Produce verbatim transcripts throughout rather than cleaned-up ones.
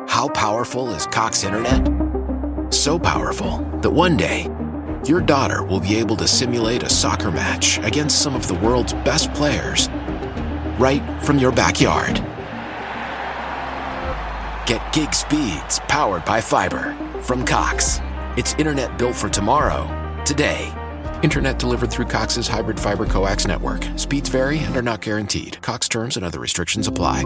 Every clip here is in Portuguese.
How powerful is Cox Internet? So powerful that one day, your daughter will be able to simulate a soccer match against some of the world's best players right from your backyard. Get gig speeds powered by fiber from Cox. It's internet built for tomorrow, today. Internet delivered through Cox's hybrid fiber coax network. Speeds vary and are not guaranteed. Cox terms and other restrictions apply.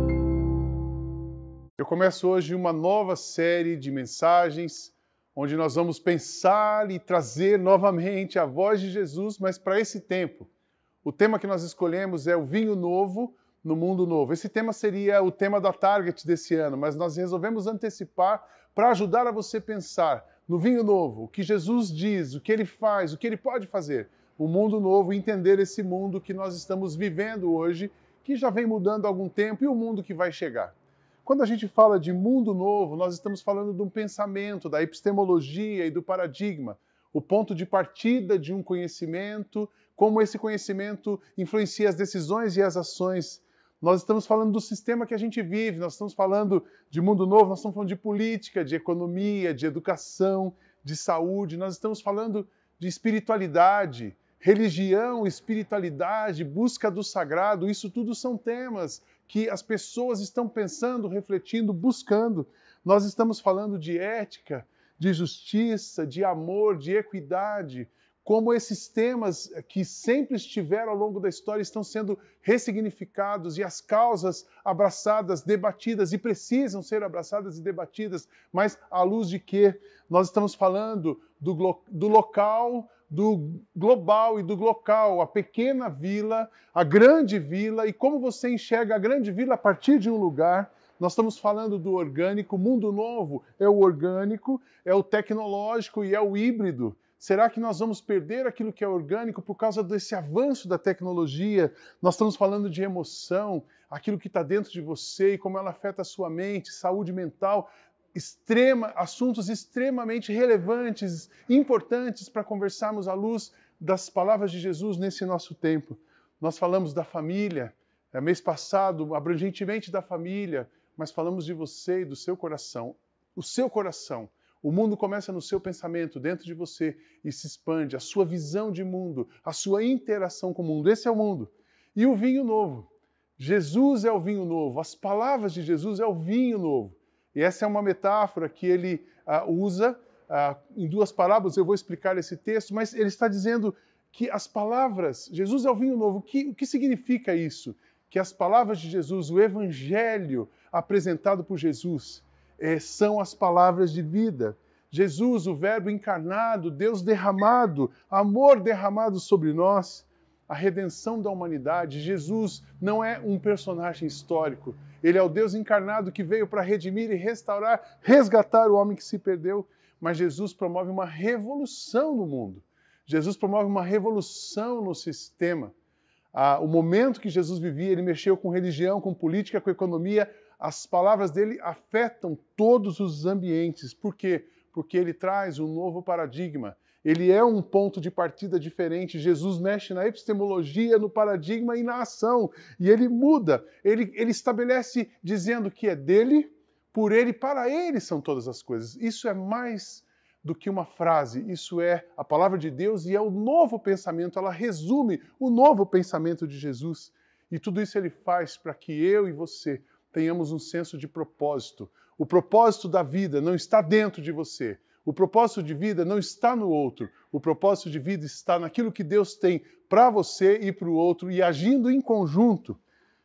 Eu começo hoje uma nova série de mensagens onde nós vamos pensar e trazer novamente a voz de Jesus, mas para esse tempo. O tema que nós escolhemos é o vinho novo no mundo novo. Esse tema seria o tema da Target desse ano, mas nós resolvemos antecipar para ajudar a você pensar no vinho novo, o que Jesus diz, o que ele faz, o que ele pode fazer. O mundo novo, entender esse mundo que nós estamos vivendo hoje, que já vem mudando há algum tempo, e o mundo que vai chegar. Quando a gente fala de mundo novo, nós estamos falando de um pensamento, da epistemologia e do paradigma, o ponto de partida de um conhecimento, como esse conhecimento influencia as decisões e as ações. Nós estamos falando do sistema que a gente vive, nós estamos falando de mundo novo, nós estamos falando de política, de economia, de educação, de saúde, nós estamos falando de espiritualidade, religião, espiritualidade, busca do sagrado, isso tudo são temas que as pessoas estão pensando, refletindo, buscando. Nós estamos falando de ética, de justiça, de amor, de equidade, como esses temas que sempre estiveram ao longo da história estão sendo ressignificados e as causas abraçadas, debatidas e precisam ser abraçadas e debatidas, mas à luz de quê? Nós estamos falando do, do local, do global e do local, a pequena vila, a grande vila, e como você enxerga a grande vila a partir de um lugar. Nós estamos falando do orgânico, o mundo novo é o orgânico, é o tecnológico e é o híbrido. Será que nós vamos perder aquilo que é orgânico por causa desse avanço da tecnologia? Nós estamos falando de emoção, aquilo que está dentro de você e como ela afeta a sua mente, saúde mental, extrema, assuntos extremamente relevantes, importantes para conversarmos à luz das palavras de Jesus nesse nosso tempo. Nós falamos da família, é, mês passado, abrangentemente da família, mas falamos de você e do seu coração. O seu coração. O mundo começa no seu pensamento, dentro de você, e se expande. A sua visão de mundo, a sua interação com o mundo. Esse é o mundo. E o vinho novo. Jesus é o vinho novo. As palavras de Jesus é o vinho novo. E essa é uma metáfora que ele uh, usa uh, em duas parábolas. Eu vou explicar esse texto, mas ele está dizendo que as palavras... Jesus é o vinho novo. O que, o que significa isso? Que as palavras de Jesus, o evangelho apresentado por Jesus... É, são as palavras de vida. Jesus, o verbo encarnado, Deus derramado, amor derramado sobre nós, a redenção da humanidade. Jesus não é um personagem histórico. Ele é o Deus encarnado que veio para redimir e restaurar, resgatar o homem que se perdeu. Mas Jesus promove uma revolução no mundo. Jesus promove uma revolução no sistema. Ah, o momento que Jesus vivia, ele mexeu com religião, com política, com economia. As palavras dele afetam todos os ambientes. Por quê? Porque ele traz um novo paradigma. Ele é um ponto de partida diferente. Jesus mexe na epistemologia, no paradigma e na ação. E ele muda. Ele, ele estabelece dizendo que é dele, por ele, para ele são todas as coisas. Isso é mais do que uma frase. Isso é a palavra de Deus e é o novo pensamento. Ela resume o novo pensamento de Jesus. E tudo isso ele faz para que eu e você tenhamos um senso de propósito. O propósito da vida não está dentro de você. O propósito de vida não está no outro. O propósito de vida está naquilo que Deus tem para você e para o outro e agindo em conjunto.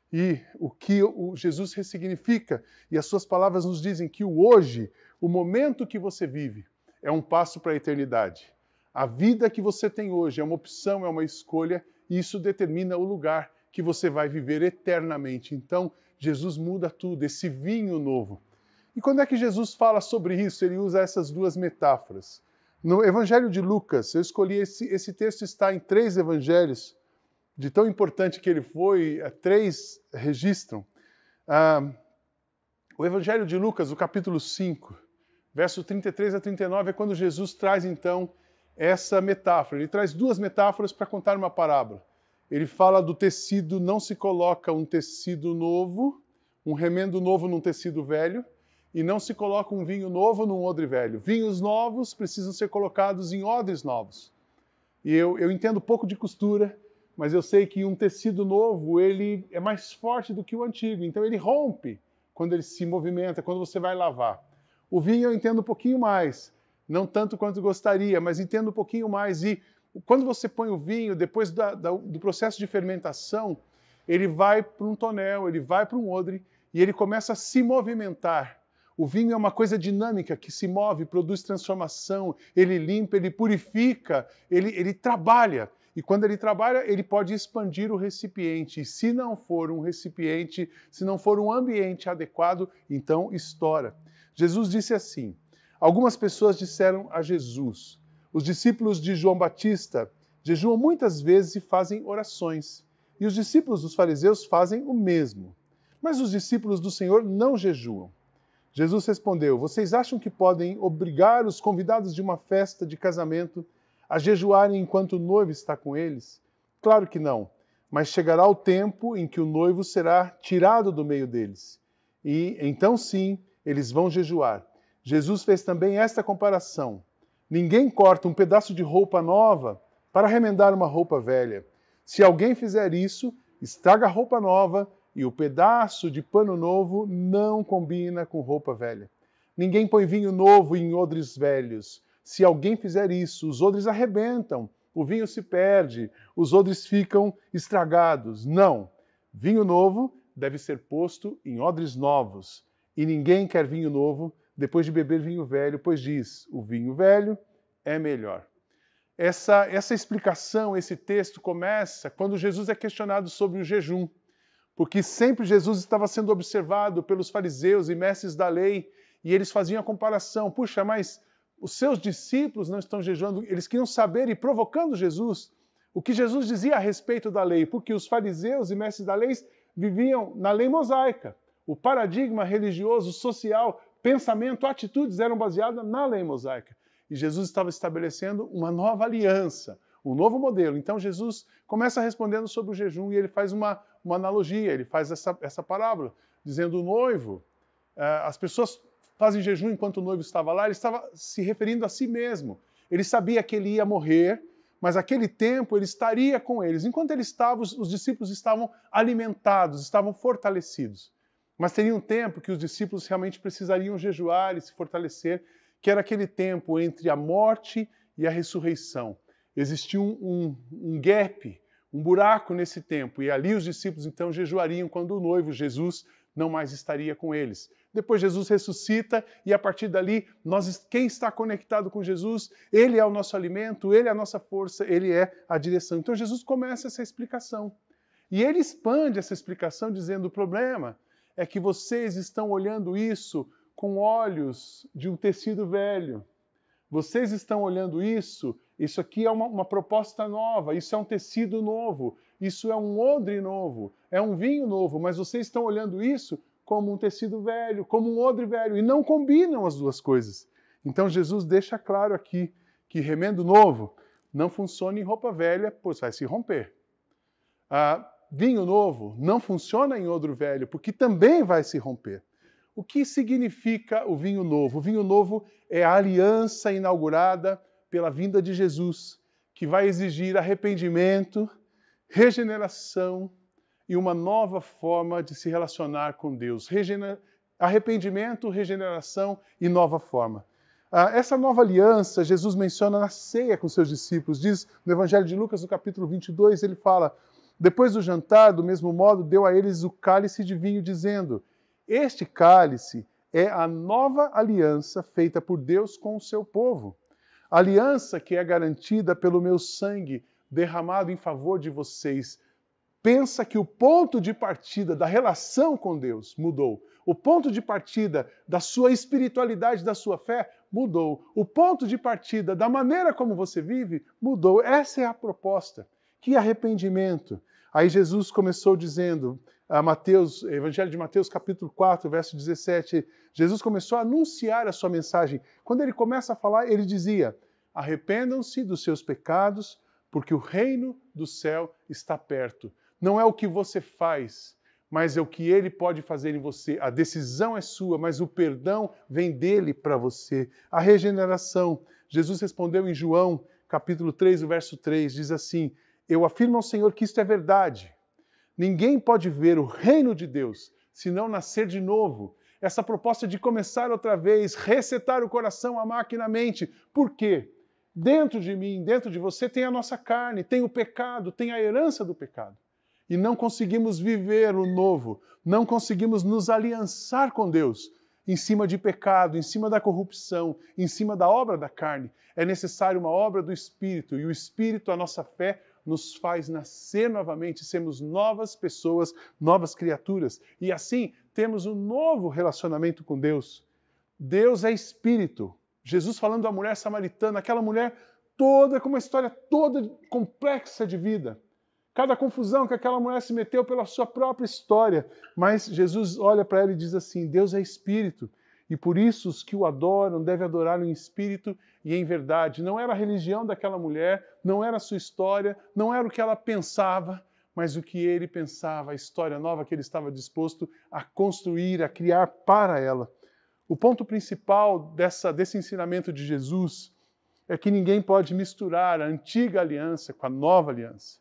E o que o Jesus ressignifica, e as suas palavras nos dizem que o hoje, o momento que você vive, é um passo para a eternidade. A vida que você tem hoje é uma opção, é uma escolha, e isso determina o lugar que você vai viver eternamente. Então, Jesus muda tudo, esse vinho novo. E quando é que Jesus fala sobre isso? Ele usa essas duas metáforas. No Evangelho de Lucas, eu escolhi esse, esse texto está em três evangelhos, de tão importante que ele foi, três registram. Ah, o Evangelho de Lucas, o capítulo cinco, verso trinta e três a trinta e nove, é quando Jesus traz, então, essa metáfora. Ele traz duas metáforas para contar uma parábola. Ele fala do tecido, não se coloca um tecido novo, um remendo novo num tecido velho, e não se coloca um vinho novo num odre velho. Vinhos novos precisam ser colocados em odres novos. E eu, eu entendo pouco de costura, mas eu sei que um tecido novo, ele é mais forte do que o antigo, então ele rompe quando ele se movimenta, quando você vai lavar. O vinho eu entendo um pouquinho mais, não tanto quanto gostaria, mas entendo um pouquinho mais. E quando você põe o vinho, depois da, da, do processo de fermentação, ele vai para um tonel, ele vai para um odre e ele começa a se movimentar. O vinho é uma coisa dinâmica que se move, produz transformação, ele limpa, ele purifica, ele, ele trabalha. E quando ele trabalha, ele pode expandir o recipiente. E se não for um recipiente, se não for um ambiente adequado, então estoura. Jesus disse assim, algumas pessoas disseram a Jesus, os discípulos de João Batista jejuam muitas vezes e fazem orações. E os discípulos dos fariseus fazem o mesmo. Mas os discípulos do Senhor não jejuam. Jesus respondeu, vocês acham que podem obrigar os convidados de uma festa de casamento a jejuarem enquanto o noivo está com eles? Claro que não, mas chegará o tempo em que o noivo será tirado do meio deles. E então sim, eles vão jejuar. Jesus fez também esta comparação. Ninguém corta um pedaço de roupa nova para remendar uma roupa velha. Se alguém fizer isso, estraga a roupa nova e o pedaço de pano novo não combina com roupa velha. Ninguém põe vinho novo em odres velhos. Se alguém fizer isso, os odres arrebentam, o vinho se perde, os odres ficam estragados. Não. Vinho novo deve ser posto em odres novos. E ninguém quer vinho novo depois de beber vinho velho, pois diz, o vinho velho é melhor. Essa, essa explicação, esse texto começa quando Jesus é questionado sobre o jejum. Porque sempre Jesus estava sendo observado pelos fariseus e mestres da lei, e eles faziam a comparação. Puxa, mas os seus discípulos não estão jejuando, eles queriam saber, e provocando Jesus, o que Jesus dizia a respeito da lei, porque os fariseus e mestres da lei viviam na lei mosaica. O paradigma religioso, social, pensamento, atitudes eram baseadas na lei mosaica. E Jesus estava estabelecendo uma nova aliança, um novo modelo. Então Jesus começa respondendo sobre o jejum e ele faz uma, uma analogia, ele faz essa, essa parábola, dizendo o noivo, uh, as pessoas fazem jejum enquanto o noivo estava lá, ele estava se referindo a si mesmo. Ele sabia que ele ia morrer, mas aquele tempo ele estaria com eles. Enquanto ele estava, os, os discípulos estavam alimentados, estavam fortalecidos. Mas teria um tempo que os discípulos realmente precisariam jejuar e se fortalecer, que era aquele tempo entre a morte e a ressurreição. Existia um, um, um gap, um buraco nesse tempo, e ali os discípulos então jejuariam quando o noivo, Jesus, não mais estaria com eles. Depois Jesus ressuscita e a partir dali, nós, quem está conectado com Jesus, ele é o nosso alimento, ele é a nossa força, ele é a direção. Então Jesus começa essa explicação. E ele expande essa explicação dizendo, o problema é que vocês estão olhando isso com olhos de um tecido velho. Vocês estão olhando isso, isso aqui é uma, uma proposta nova, isso é um tecido novo, isso é um odre novo, é um vinho novo, mas vocês estão olhando isso como um tecido velho, como um odre velho, e não combinam as duas coisas. Então Jesus deixa claro aqui que remendo novo não funciona em roupa velha, pois vai se romper. Ah, vinho novo não funciona em odre velho, porque também vai se romper. O que significa o vinho novo? O vinho novo é a aliança inaugurada pela vinda de Jesus, que vai exigir arrependimento, regeneração e uma nova forma de se relacionar com Deus. Regener... Arrependimento, regeneração e nova forma. Ah, essa nova aliança, Jesus menciona na ceia com seus discípulos. Diz no Evangelho de Lucas, no capítulo vinte e dois, ele fala, depois do jantar, do mesmo modo, deu a eles o cálice de vinho, dizendo, este cálice é a nova aliança feita por Deus com o seu povo. Aliança que é garantida pelo meu sangue derramado em favor de vocês. Pensa que o ponto de partida da relação com Deus mudou. O ponto de partida da sua espiritualidade, da sua fé, mudou. O ponto de partida da maneira como você vive, mudou. Essa é a proposta. Que arrependimento. Aí Jesus começou dizendo, a Mateus, Evangelho de Mateus, capítulo quatro, verso dezessete, Jesus começou a anunciar a sua mensagem. Quando ele começa a falar, ele dizia, arrependam-se dos seus pecados, porque o reino do céu está perto. Não é o que você faz, mas é o que ele pode fazer em você. A decisão é sua, mas o perdão vem dele para você. A regeneração. Jesus respondeu em João, capítulo três, o verso três, diz assim: eu afirmo ao Senhor que isto é verdade. Ninguém pode ver o reino de Deus se não nascer de novo. Essa proposta de começar outra vez, resetar o coração, a máquina, a mente. Por quê? Dentro de mim, dentro de você, tem a nossa carne, tem o pecado, tem a herança do pecado. E não conseguimos viver o novo, não conseguimos nos aliançar com Deus em cima de pecado, em cima da corrupção, em cima da obra da carne. É necessário uma obra do Espírito, e o Espírito, a nossa fé, nos faz nascer novamente, sermos novas pessoas, novas criaturas. E assim, temos um novo relacionamento com Deus. Deus é Espírito. Jesus falando da mulher samaritana, aquela mulher toda, com uma história toda complexa de vida. Cada confusão que aquela mulher se meteu pela sua própria história. Mas Jesus olha para ela e diz assim: Deus é Espírito. E por isso os que o adoram devem adorá-lo em espírito e em verdade. Não era a religião daquela mulher, não era a sua história, não era o que ela pensava, mas o que ele pensava, a história nova que ele estava disposto a construir, a criar para ela. O ponto principal dessa, desse ensinamento de Jesus é que ninguém pode misturar a antiga aliança com a nova aliança.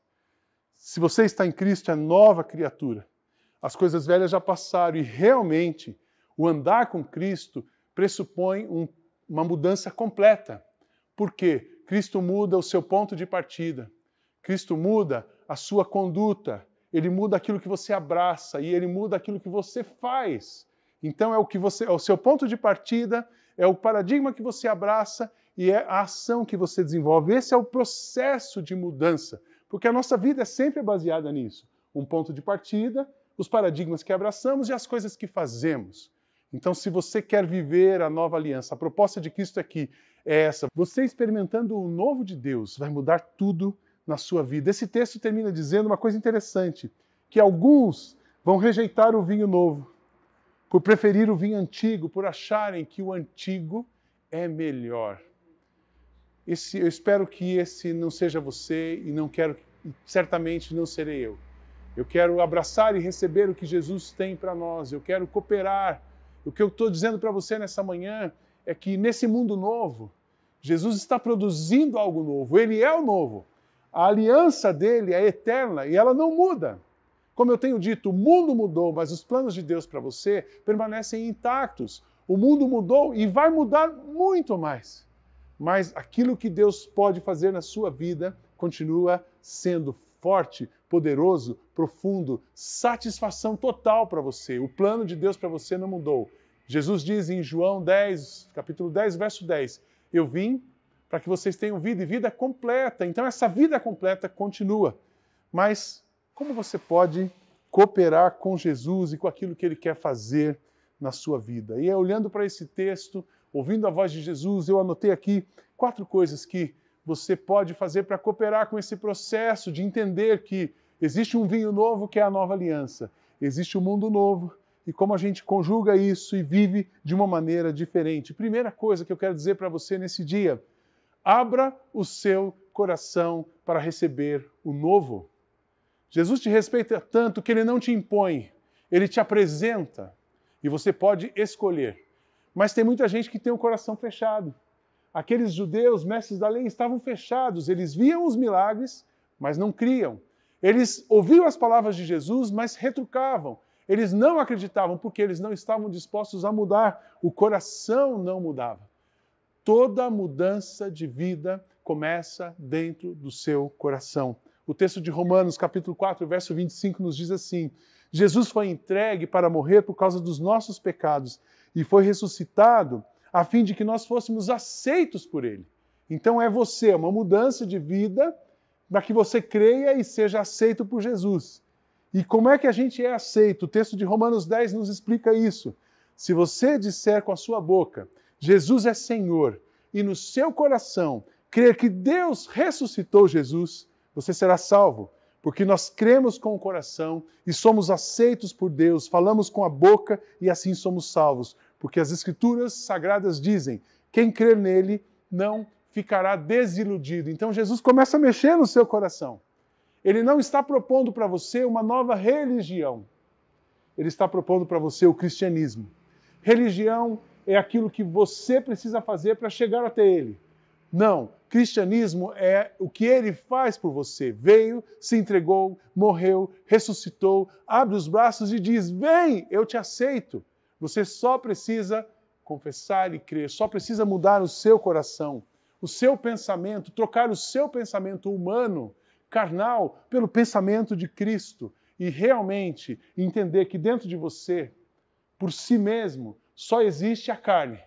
Se você está em Cristo, é nova criatura. As coisas velhas já passaram e realmente o andar com Cristo pressupõe um, uma mudança completa. Por quê? Cristo muda o seu ponto de partida. Cristo muda a sua conduta. Ele muda aquilo que você abraça e ele muda aquilo que você faz. Então é o que você, é o seu ponto de partida, é o paradigma que você abraça e é a ação que você desenvolve. Esse é o processo de mudança, porque a nossa vida é sempre baseada nisso. Um ponto de partida, os paradigmas que abraçamos e as coisas que fazemos. Então, se você quer viver a nova aliança, a proposta de Cristo aqui é essa. Você experimentando o novo de Deus vai mudar tudo na sua vida. Esse texto termina dizendo uma coisa interessante, que alguns vão rejeitar o vinho novo, por preferir o vinho antigo, por acharem que o antigo é melhor. Esse, eu espero que esse não seja você e não quero, certamente não serei eu. Eu quero abraçar e receber o que Jesus tem para nós. Eu quero cooperar. O que eu estou dizendo para você nessa manhã é que nesse mundo novo, Jesus está produzindo algo novo. Ele é o novo. A aliança dele é eterna e ela não muda. Como eu tenho dito, o mundo mudou, mas os planos de Deus para você permanecem intactos. O mundo mudou e vai mudar muito mais. Mas aquilo que Deus pode fazer na sua vida continua sendo forte, poderoso, profundo, satisfação total para você. O plano de Deus para você não mudou. Jesus diz em João dez, capítulo dez, verso dez, eu vim para que vocês tenham vida e vida completa. Então essa vida completa continua. Mas como você pode cooperar com Jesus e com aquilo que Ele quer fazer na sua vida? E olhando para esse texto, ouvindo a voz de Jesus, eu anotei aqui quatro coisas que você pode fazer para cooperar com esse processo de entender que existe um vinho novo que é a nova aliança. Existe um mundo novo e como a gente conjuga isso e vive de uma maneira diferente. Primeira coisa que eu quero dizer para você nesse dia, abra o seu coração para receber o novo. Jesus te respeita tanto que Ele não te impõe, Ele te apresenta e você pode escolher. Mas tem muita gente que tem o coração fechado. Aqueles judeus, mestres da lei, estavam fechados. Eles viam os milagres, mas não criam. Eles ouviam as palavras de Jesus, mas retrucavam. Eles não acreditavam porque eles não estavam dispostos a mudar. O coração não mudava. Toda mudança de vida começa dentro do seu coração. O texto de Romanos, capítulo quatro, verso vinte e cinco, nos diz assim: Jesus foi entregue para morrer por causa dos nossos pecados e foi ressuscitado a fim de que nós fôssemos aceitos por Ele. Então é você, uma mudança de vida para que você creia e seja aceito por Jesus. E como é que a gente é aceito? O texto de Romanos dez nos explica isso. Se você disser com a sua boca, Jesus é Senhor, e no seu coração crer que Deus ressuscitou Jesus, você será salvo. Porque nós cremos com o coração e somos aceitos por Deus, falamos com a boca e assim somos salvos. Porque as Escrituras Sagradas dizem, quem crer nele não ficará desiludido. Então Jesus começa a mexer no seu coração. Ele não está propondo para você uma nova religião. ele está propondo para você o cristianismo. Religião é aquilo que você precisa fazer para chegar até ele. Não, cristianismo é o que ele faz por você. Veio, se entregou, morreu, ressuscitou, abre os braços e diz, vem, eu te aceito. Você só precisa confessar e crer, só precisa mudar o seu coração, o seu pensamento, trocar o seu pensamento humano, carnal, pelo pensamento de Cristo e realmente entender que dentro de você, por si mesmo, só existe a carne,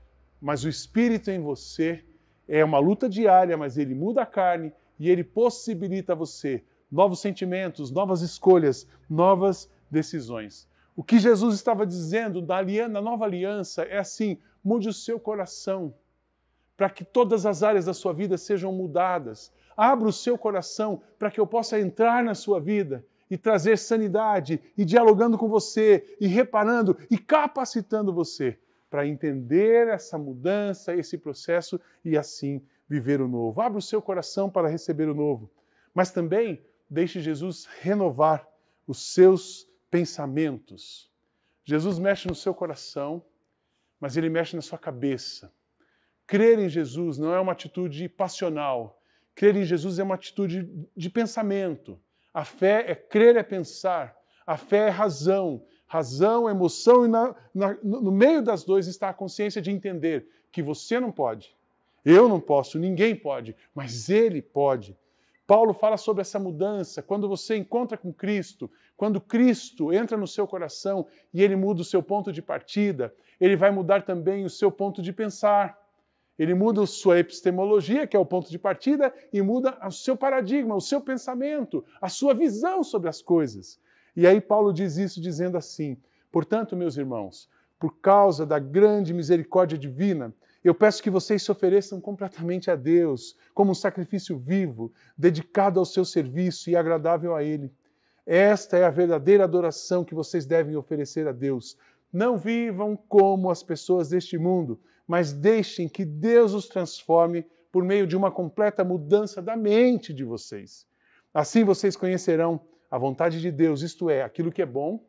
mas o Espírito em você é uma luta diária, mas ele muda a carne e ele possibilita a você novos sentimentos, novas escolhas, novas decisões. O que Jesus estava dizendo na, aliança, na nova aliança é assim, mude o seu coração para que todas as áreas da sua vida sejam mudadas. Abra o seu coração para que eu possa entrar na sua vida e trazer sanidade, e dialogando com você, e reparando, e capacitando você para entender essa mudança, esse processo, e assim viver o novo. Abra o seu coração para receber o novo. Mas também deixe Jesus renovar os seus pensamentos. Jesus mexe no seu coração, mas ele mexe na sua cabeça. Crer em Jesus não é uma atitude passional. Crer em Jesus é uma atitude de pensamento. A fé é crer, é pensar. A fé é razão. Razão, emoção, e na, na, no meio das duas está a consciência de entender que você não pode, eu não posso, ninguém pode, mas Ele pode. Paulo fala sobre essa mudança, quando você encontra com Cristo, quando Cristo entra no seu coração e Ele muda o seu ponto de partida, Ele vai mudar também o seu ponto de pensar. Ele muda a sua epistemologia, que é o ponto de partida, e muda o seu paradigma, o seu pensamento, a sua visão sobre as coisas. E aí Paulo diz isso dizendo assim, portanto, meus irmãos, por causa da grande misericórdia divina, eu peço que vocês se ofereçam completamente a Deus, como um sacrifício vivo, dedicado ao seu serviço e agradável a Ele. Esta é a verdadeira adoração que vocês devem oferecer a Deus. Não vivam como as pessoas deste mundo, mas deixem que Deus os transforme por meio de uma completa mudança da mente de vocês. Assim vocês conhecerão a vontade de Deus, isto é, aquilo que é bom,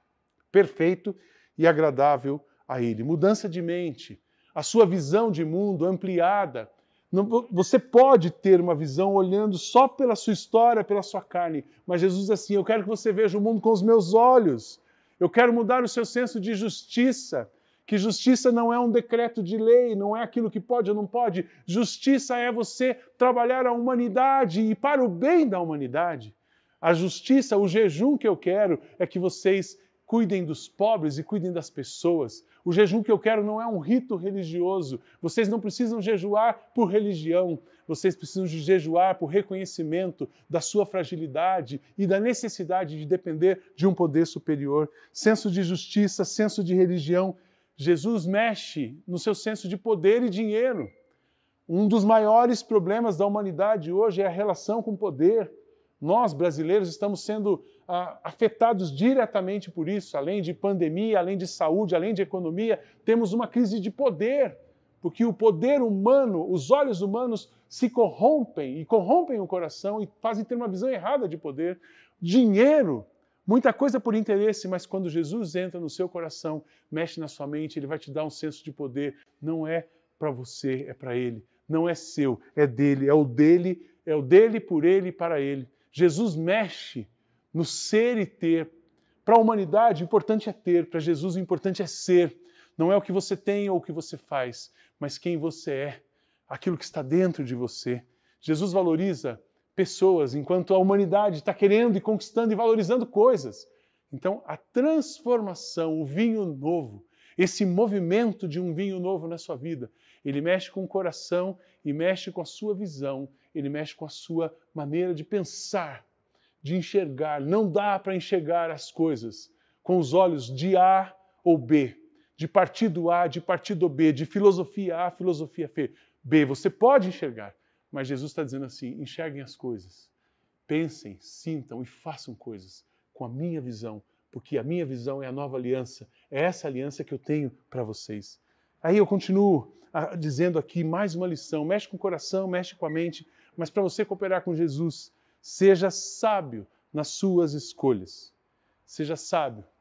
perfeito e agradável a Ele. Mudança de mente, a sua visão de mundo ampliada. Você pode ter uma visão olhando só pela sua história, pela sua carne, mas Jesus diz assim, eu quero que você veja o mundo com os meus olhos. Eu quero mudar o seu senso de justiça, que justiça não é um decreto de lei, não é aquilo que pode ou não pode. Justiça é você trabalhar a humanidade e para o bem da humanidade. A justiça, o jejum que eu quero é que vocês cuidem dos pobres e cuidem das pessoas. O jejum que eu quero não é um rito religioso. Vocês não precisam jejuar por religião. Vocês precisam de jejuar por reconhecimento da sua fragilidade e da necessidade de depender de um poder superior. Senso de justiça, senso de religião. Jesus mexe no seu senso de poder e dinheiro. Um dos maiores problemas da humanidade hoje é a relação com o poder. Nós, brasileiros, estamos sendo ah, afetados diretamente por isso. Além de pandemia, além de saúde, além de economia, temos uma crise de poder. Porque o poder humano, os olhos humanos se corrompem e corrompem o coração e fazem ter uma visão errada de poder. Dinheiro, muita coisa por interesse, mas quando Jesus entra no seu coração, mexe na sua mente, Ele vai te dar um senso de poder. Não é para você, é para Ele. Não é seu, é dele. É o dele, é o dele, por Ele e para Ele. Jesus mexe no ser e ter. Para a humanidade, o importante é ter. Para Jesus, o importante é ser. Não é o que você tem ou o que você faz, mas quem você é, aquilo que está dentro de você. Jesus valoriza pessoas, enquanto a humanidade está querendo e conquistando e valorizando coisas. Então, a transformação, o vinho novo, esse movimento de um vinho novo na sua vida, ele mexe com o coração e mexe com a sua visão, ele mexe com a sua maneira de pensar, de enxergar. Não dá para enxergar as coisas com os olhos de A ou B, de partido A, de partido B, de filosofia A, filosofia B. Você pode enxergar, mas Jesus está dizendo assim, enxerguem as coisas, pensem, sintam e façam coisas com a minha visão, porque a minha visão é a nova aliança, é essa aliança que eu tenho para vocês. Aí eu continuo ah, dizendo aqui mais uma lição, mexe com o coração, mexe com a mente, mas para você cooperar com Jesus, seja sábio nas suas escolhas. Seja sábio.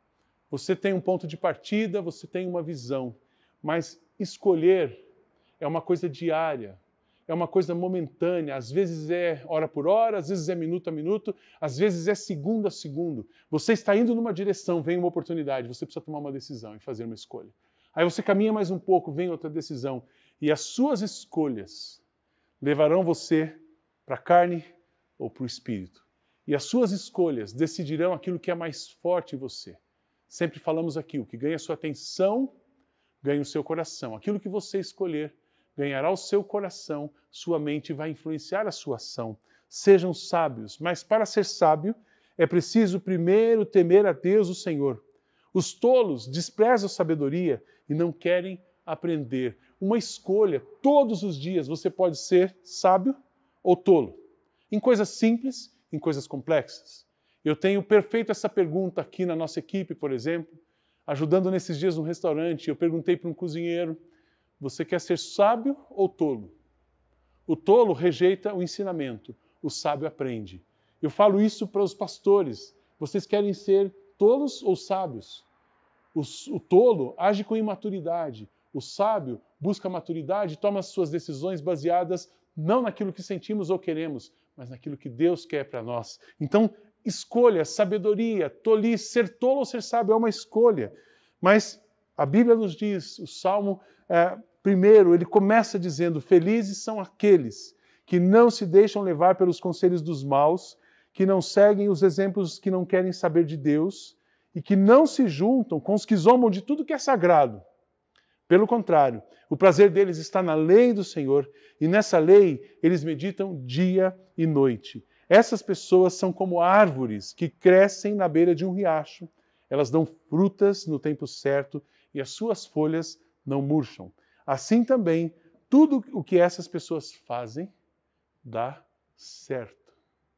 Você tem um ponto de partida, você tem uma visão, mas escolher é uma coisa diária, é uma coisa momentânea, às vezes é hora por hora, às vezes é minuto a minuto, às vezes é segundo a segundo. Você está indo numa direção, vem uma oportunidade, você precisa tomar uma decisão e fazer uma escolha. Aí você caminha mais um pouco, vem outra decisão, e as suas escolhas levarão você para a carne ou para o espírito. E as suas escolhas decidirão aquilo que é mais forte em você. Sempre falamos aqui, o que ganha sua atenção, ganha o seu coração. Aquilo que você escolher, ganhará o seu coração, sua mente vai influenciar a sua ação. Sejam sábios, mas para ser sábio, é preciso primeiro temer a Deus, o Senhor. Os tolos desprezam a sabedoria e não querem aprender. Uma escolha, todos os dias você pode ser sábio ou tolo. Em coisas simples, em coisas complexas. Eu tenho perfeito essa pergunta aqui na nossa equipe, por exemplo, ajudando nesses dias no restaurante, eu perguntei para um cozinheiro, você quer ser sábio ou tolo? O tolo rejeita o ensinamento, o sábio aprende. Eu falo isso para os pastores, vocês querem ser tolos ou sábios? O, o tolo age com imaturidade, o sábio busca maturidade e toma as suas decisões baseadas não naquilo que sentimos ou queremos, mas naquilo que Deus quer para nós. Então, escolha, sabedoria, tolice, ser tolo ou ser sábio é uma escolha. Mas a Bíblia nos diz, o Salmo, é, primeiro, ele começa dizendo, felizes são aqueles que não se deixam levar pelos conselhos dos maus, que não seguem os exemplos que não querem saber de Deus e que não se juntam com os que zombam de tudo que é sagrado. Pelo contrário, o prazer deles está na lei do Senhor, e nessa lei eles meditam dia e noite. Essas pessoas são como árvores que crescem na beira de um riacho. Elas dão frutas no tempo certo e as suas folhas não murcham. Assim também, tudo o que essas pessoas fazem dá certo.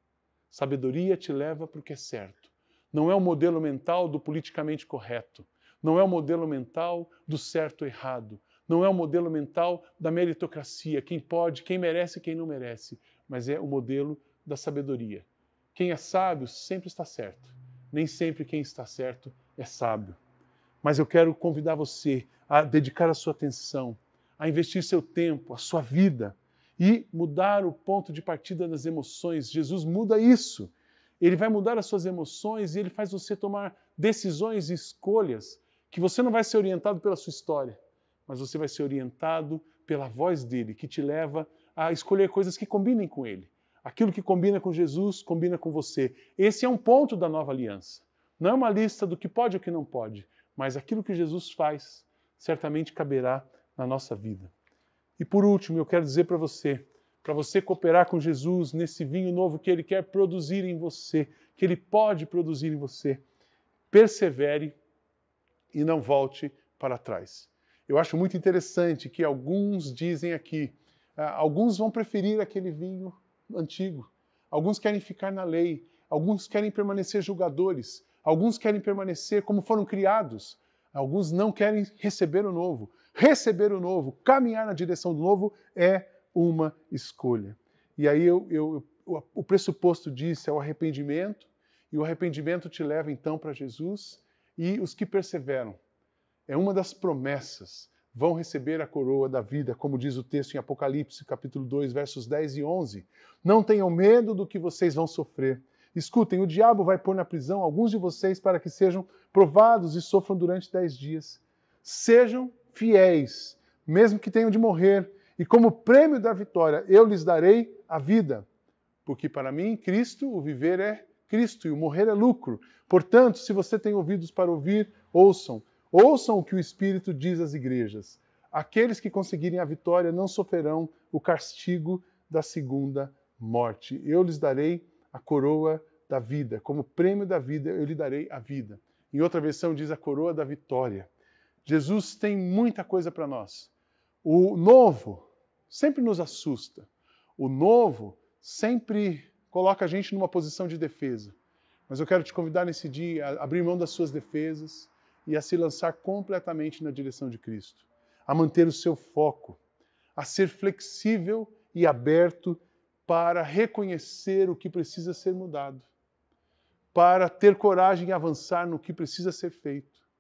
Sabedoria te leva para o que é certo. Não é o modelo mental do politicamente correto. Não é o modelo mental do certo ou errado. Não é o modelo mental da meritocracia, quem pode, quem merece e quem não merece. Mas é o modelo da sabedoria. Quem é sábio sempre está certo. Nem sempre quem está certo é sábio. Mas eu quero convidar você a dedicar a sua atenção, a investir seu tempo, a sua vida e mudar o ponto de partida das emoções. Jesus muda isso. Ele vai mudar as suas emoções e ele faz você tomar decisões e escolhas que você não vai ser orientado pela sua história, mas você vai ser orientado pela voz dele, que te leva a escolher coisas que combinem com ele. Aquilo que combina com Jesus, combina com você. Esse é um ponto da nova aliança. Não é uma lista do que pode ou que não pode, mas aquilo que Jesus faz certamente caberá na nossa vida. E por último, eu quero dizer para você, para você cooperar com Jesus nesse vinho novo que ele quer produzir em você, que ele pode produzir em você, persevere e não volte para trás. Eu acho muito interessante que alguns dizem aqui, uh, alguns vão preferir aquele vinho antigo, alguns querem ficar na lei, alguns querem permanecer julgadores, alguns querem permanecer como foram criados, alguns não querem receber o novo. Receber o novo, caminhar na direção do novo é uma escolha. E aí eu, eu, eu, o pressuposto disso é o arrependimento, e o arrependimento te leva então para Jesus. E os que perseveram, é uma das promessas, vão receber a coroa da vida, como diz o texto em Apocalipse, capítulo dois, versos dez e onze. Não tenham medo do que vocês vão sofrer. Escutem, o diabo vai pôr na prisão alguns de vocês para que sejam provados e sofram durante dez dias. Sejam fiéis, mesmo que tenham de morrer, e como prêmio da vitória eu lhes darei a vida. Porque para mim, Cristo, o viver é Cristo e o morrer é lucro. Portanto, se você tem ouvidos para ouvir, ouçam. Ouçam o que o Espírito diz às igrejas. Aqueles que conseguirem a vitória não sofrerão o castigo da segunda morte. Eu lhes darei a coroa da vida. Como prêmio da vida, eu lhe darei a vida. Em outra versão diz a coroa da vitória. Jesus tem muita coisa para nós. O novo sempre nos assusta. O novo sempre coloca a gente numa posição de defesa. Mas eu quero te convidar nesse dia a abrir mão das suas defesas e a se lançar completamente na direção de Cristo. A manter o seu foco, a ser flexível e aberto para reconhecer o que precisa ser mudado, para ter coragem e avançar no que precisa ser feito.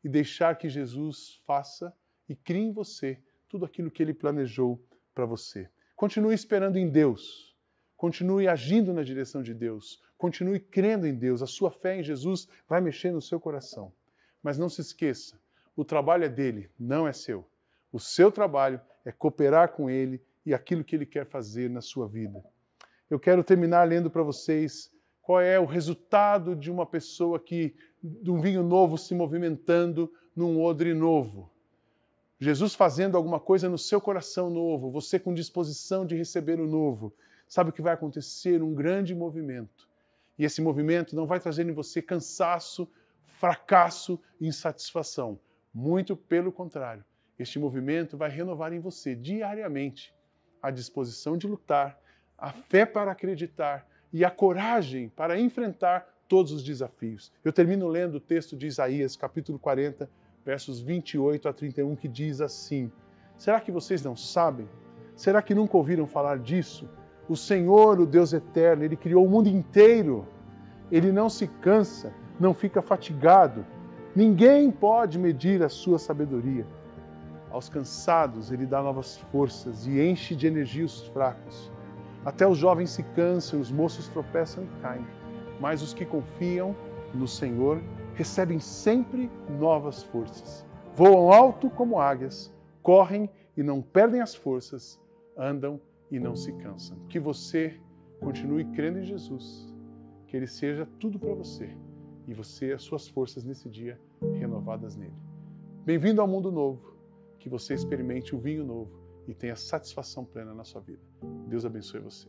e deixar que Jesus faça e crie em você tudo aquilo que Ele planejou para você. Continue esperando em Deus. Continue agindo na direção de Deus. Continue crendo em Deus. A sua fé em Jesus vai mexer no seu coração. Mas não se esqueça, o trabalho é dele, não é seu. O seu trabalho é cooperar com Ele e aquilo que Ele quer fazer na sua vida. Eu quero terminar lendo para vocês qual é o resultado de uma pessoa que, de um vinho novo se movimentando num odre novo. Jesus fazendo alguma coisa no seu coração novo, você com disposição de receber o novo. Sabe o que vai acontecer? Um grande movimento. E esse movimento não vai trazer em você cansaço, fracasso e insatisfação. Muito pelo contrário. Este movimento vai renovar em você diariamente a disposição de lutar, a fé para acreditar e a coragem para enfrentar todos os desafios. Eu termino lendo o texto de Isaías, capítulo quarenta, versos vinte e oito a trinta e um, que diz assim: será que vocês não sabem? Será que nunca ouviram falar disso? O Senhor, o Deus eterno, Ele criou o mundo inteiro. Ele não se cansa, não fica fatigado. Ninguém pode medir a sua sabedoria. Aos cansados Ele dá novas forças e enche de energia os fracos. Até os jovens se cansam, os moços tropeçam e caem. Mas os que confiam no Senhor recebem sempre novas forças. Voam alto como águias, correm e não perdem as forças, andam e não se cansam. Que você continue crendo em Jesus, que Ele seja tudo para você e você, as suas forças nesse dia renovadas nele. Bem-vindo ao mundo novo, que você experimente o vinho novo e tenha satisfação plena na sua vida. Deus abençoe você.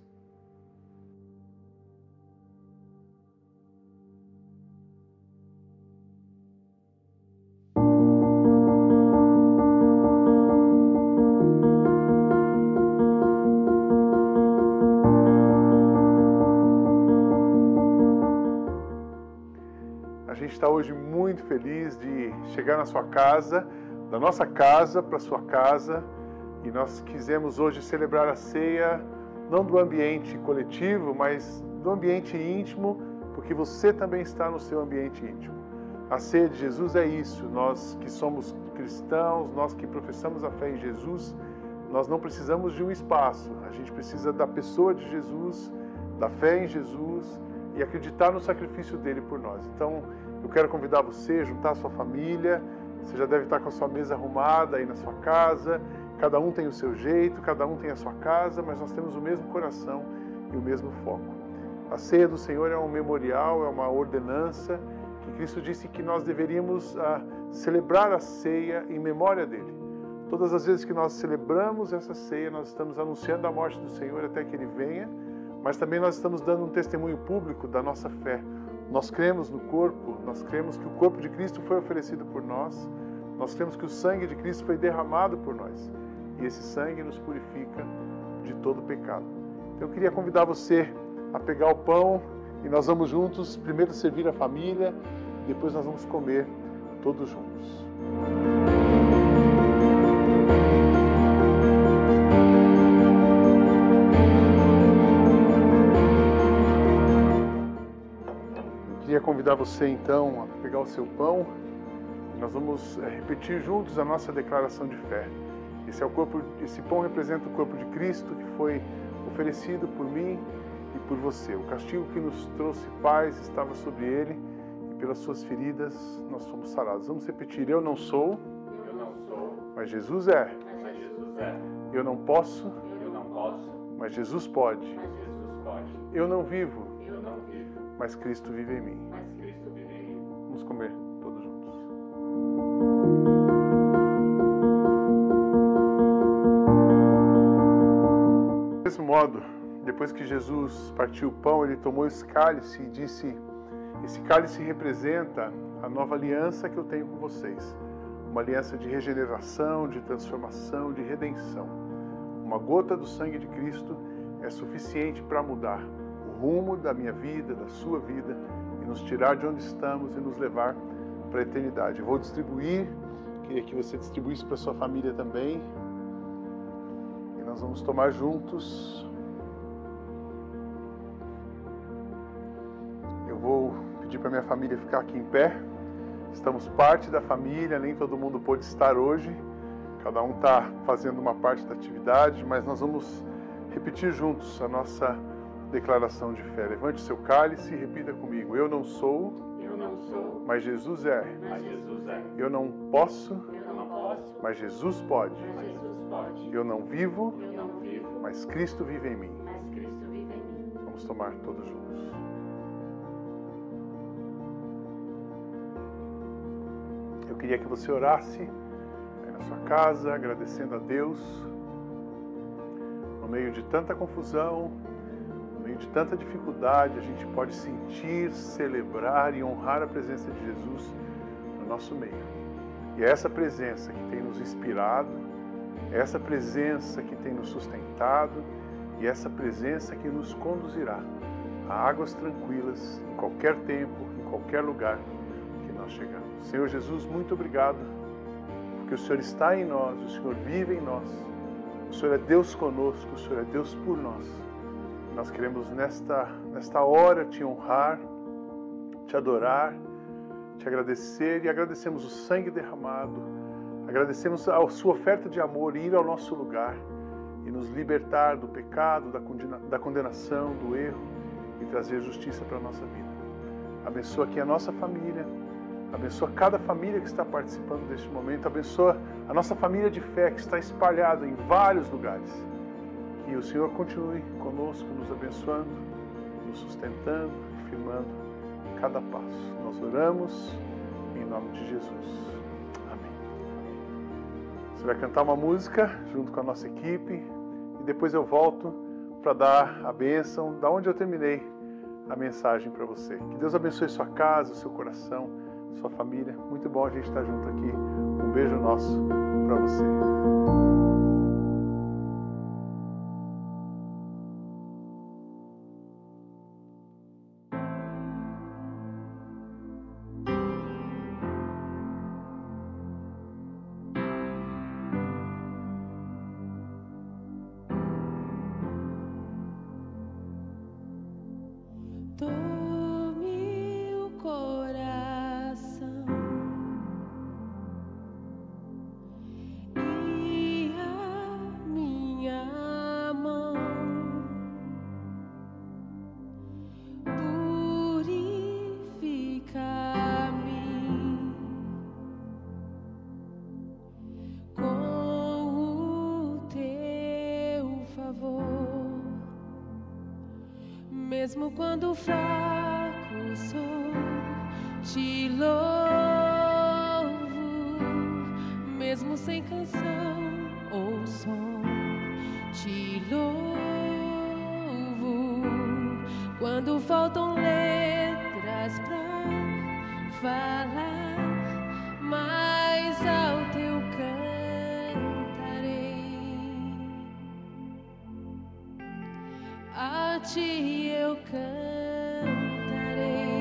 A gente está hoje muito feliz de chegar na sua casa, da nossa casa para a sua casa, e nós quisemos hoje celebrar a ceia, não do ambiente coletivo, mas do ambiente íntimo, porque você também está no seu ambiente íntimo. A ceia de Jesus é isso, nós que somos cristãos, nós que professamos a fé em Jesus, nós não precisamos de um espaço, a gente precisa da pessoa de Jesus, da fé em Jesus e acreditar no sacrifício dele por nós. Então, eu quero convidar você a juntar a sua família, você já deve estar com a sua mesa arrumada aí na sua casa, cada um tem o seu jeito, cada um tem a sua casa, mas nós temos o mesmo coração e o mesmo foco. A ceia do Senhor é um memorial, é uma ordenança que Cristo disse que nós deveríamos ah, celebrar a ceia em memória dele. Todas as vezes que nós celebramos essa ceia, nós estamos anunciando a morte do Senhor até que ele venha, mas também nós estamos dando um testemunho público da nossa fé. Nós cremos no corpo, nós cremos que o corpo de Cristo foi oferecido por nós, nós cremos que o sangue de Cristo foi derramado por nós, e esse sangue nos purifica de todo pecado. Então, eu queria convidar você a pegar o pão e nós vamos juntos, primeiro servir a família, depois nós vamos comer todos juntos. Eu queria convidar você então a pegar o seu pão e nós vamos é, repetir juntos a nossa declaração de fé. Esse, é o corpo, esse pão representa o corpo de Cristo que foi oferecido por mim e por você. O castigo que nos trouxe paz estava sobre ele e pelas suas feridas nós somos sarados. Vamos repetir: eu não sou, eu não sou, mas Jesus é. mas Jesus é. Eu não posso, Eu não posso, mas Jesus pode. mas Jesus pode. Eu não vivo, Eu não vivo, mas Cristo vive em mim. mas Cristo vive em mim. Vamos comer todos juntos. Do mesmo modo, depois que Jesus partiu o pão, ele tomou esse cálice e disse: esse cálice representa a nova aliança que eu tenho com vocês. Uma aliança de regeneração, de transformação, de redenção. Uma gota do sangue de Cristo é suficiente para mudar o rumo da minha vida, da sua vida, e nos tirar de onde estamos e nos levar para a eternidade. Eu vou distribuir, queria que você distribuísse para a sua família também. E nós vamos tomar juntos. Eu vou pedir para minha família ficar aqui em pé. Estamos parte da família, nem todo mundo pôde estar hoje. Cada um está fazendo uma parte da atividade, mas nós vamos repetir juntos a nossa declaração de fé. Levante seu cálice e repita comigo. Eu não sou, Eu não sou, mas Jesus é. mas Jesus é. Eu não posso, Eu não posso, mas Jesus pode. mas Jesus pode. Eu não vivo, Eu não vivo, mas Cristo vive em mim. mas Cristo vive em mim. Vamos tomar todos juntos. Eu queria que você orasse aí na sua casa, agradecendo a Deus. No meio de tanta confusão, no meio de tanta dificuldade, a gente pode sentir, celebrar e honrar a presença de Jesus no nosso meio. E é essa presença que tem nos inspirado, é essa presença que tem nos sustentado e é essa presença que nos conduzirá a águas tranquilas em qualquer tempo, em qualquer lugar que nós chegamos. Senhor Jesus, muito obrigado, porque o Senhor está em nós, o Senhor vive em nós, o Senhor é Deus conosco, o Senhor é Deus por nós. Nós queremos nesta, nesta hora te honrar, te adorar, te agradecer e agradecemos o sangue derramado, agradecemos a sua oferta de amor, ir ao nosso lugar e nos libertar do pecado, da, condena, da condenação, do erro e trazer justiça para a nossa vida. Abençoa aqui a nossa família, abençoa cada família que está participando deste momento, abençoa a nossa família de fé que está espalhada em vários lugares. Que o Senhor continue conosco, nos abençoando, nos sustentando, firmando cada passo. Nós oramos em nome de Jesus. Amém. Você vai cantar uma música junto com a nossa equipe e depois eu volto para dar a bênção da onde eu terminei a mensagem para você. Que Deus abençoe sua casa, o seu coração, sua família. Muito bom a gente estar junto aqui. Um beijo nosso para você. Tome o coração e a minha mão, purifica-me com o teu favor. Mesmo quando fraco sou, te louvo. Mesmo sem canção ou som, te louvo. Quando faltam letras pra falar, mais alto eu cantarei. A ti eu cantarei.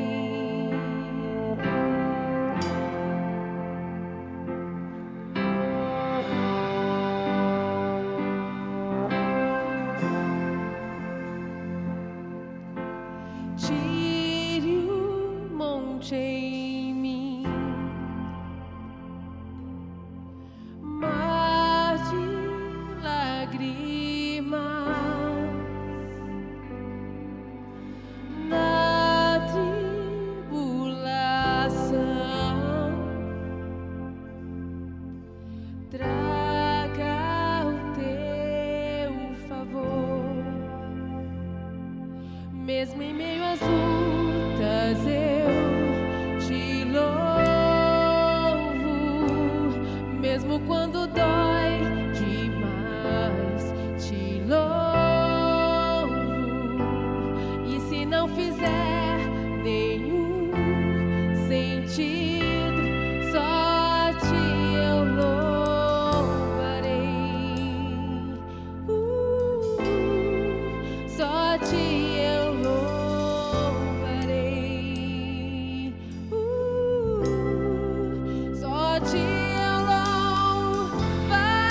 Tire o monte em mim, mar de lágrimas. Na tribulação, traga o teu favor. Mesmo em meio às lutas eu te louvo. Mesmo quando dói demais, te louvo. E se não fizer nenhum sentido, só a ti eu louvarei. Uh, só a ti eu louvarei. Uh, só a ti eu louvarei.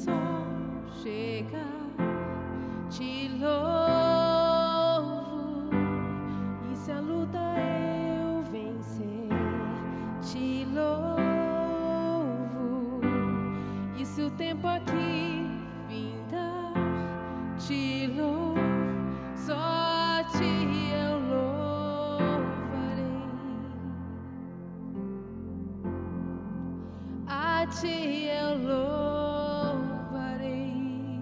sol chegar, te louvo. E se a luta eu vencer, te louvo. E se o tempo aqui findar, te louvo. Só a ti eu louvarei. A ti eu louvarei.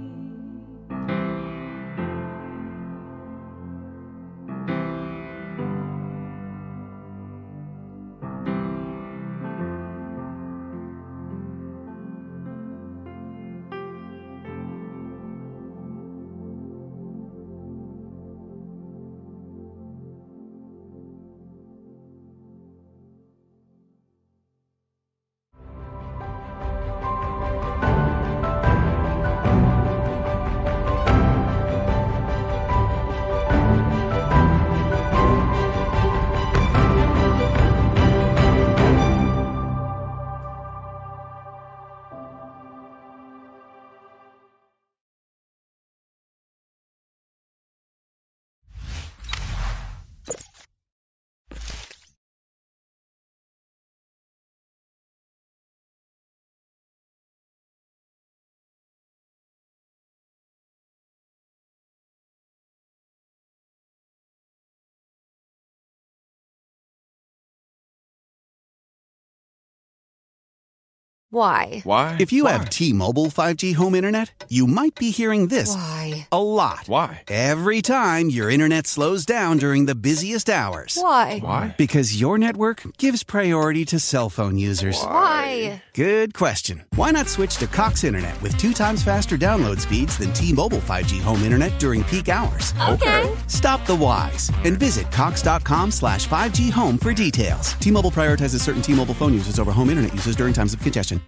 Why? Why? If you Why? have T-Mobile five G home internet, you might be hearing this Why? a lot. Why? Every time your internet slows down during the busiest hours. Why? Why? Because your network gives priority to cell phone users. Why? Good question. Why not switch to Cox Internet with two times faster download speeds than T-Mobile five G home internet during peak hours? Okay. Stop the whys and visit cox.com slash 5G home for details. T-Mobile prioritizes certain T-Mobile phone users over home internet users during times of congestion.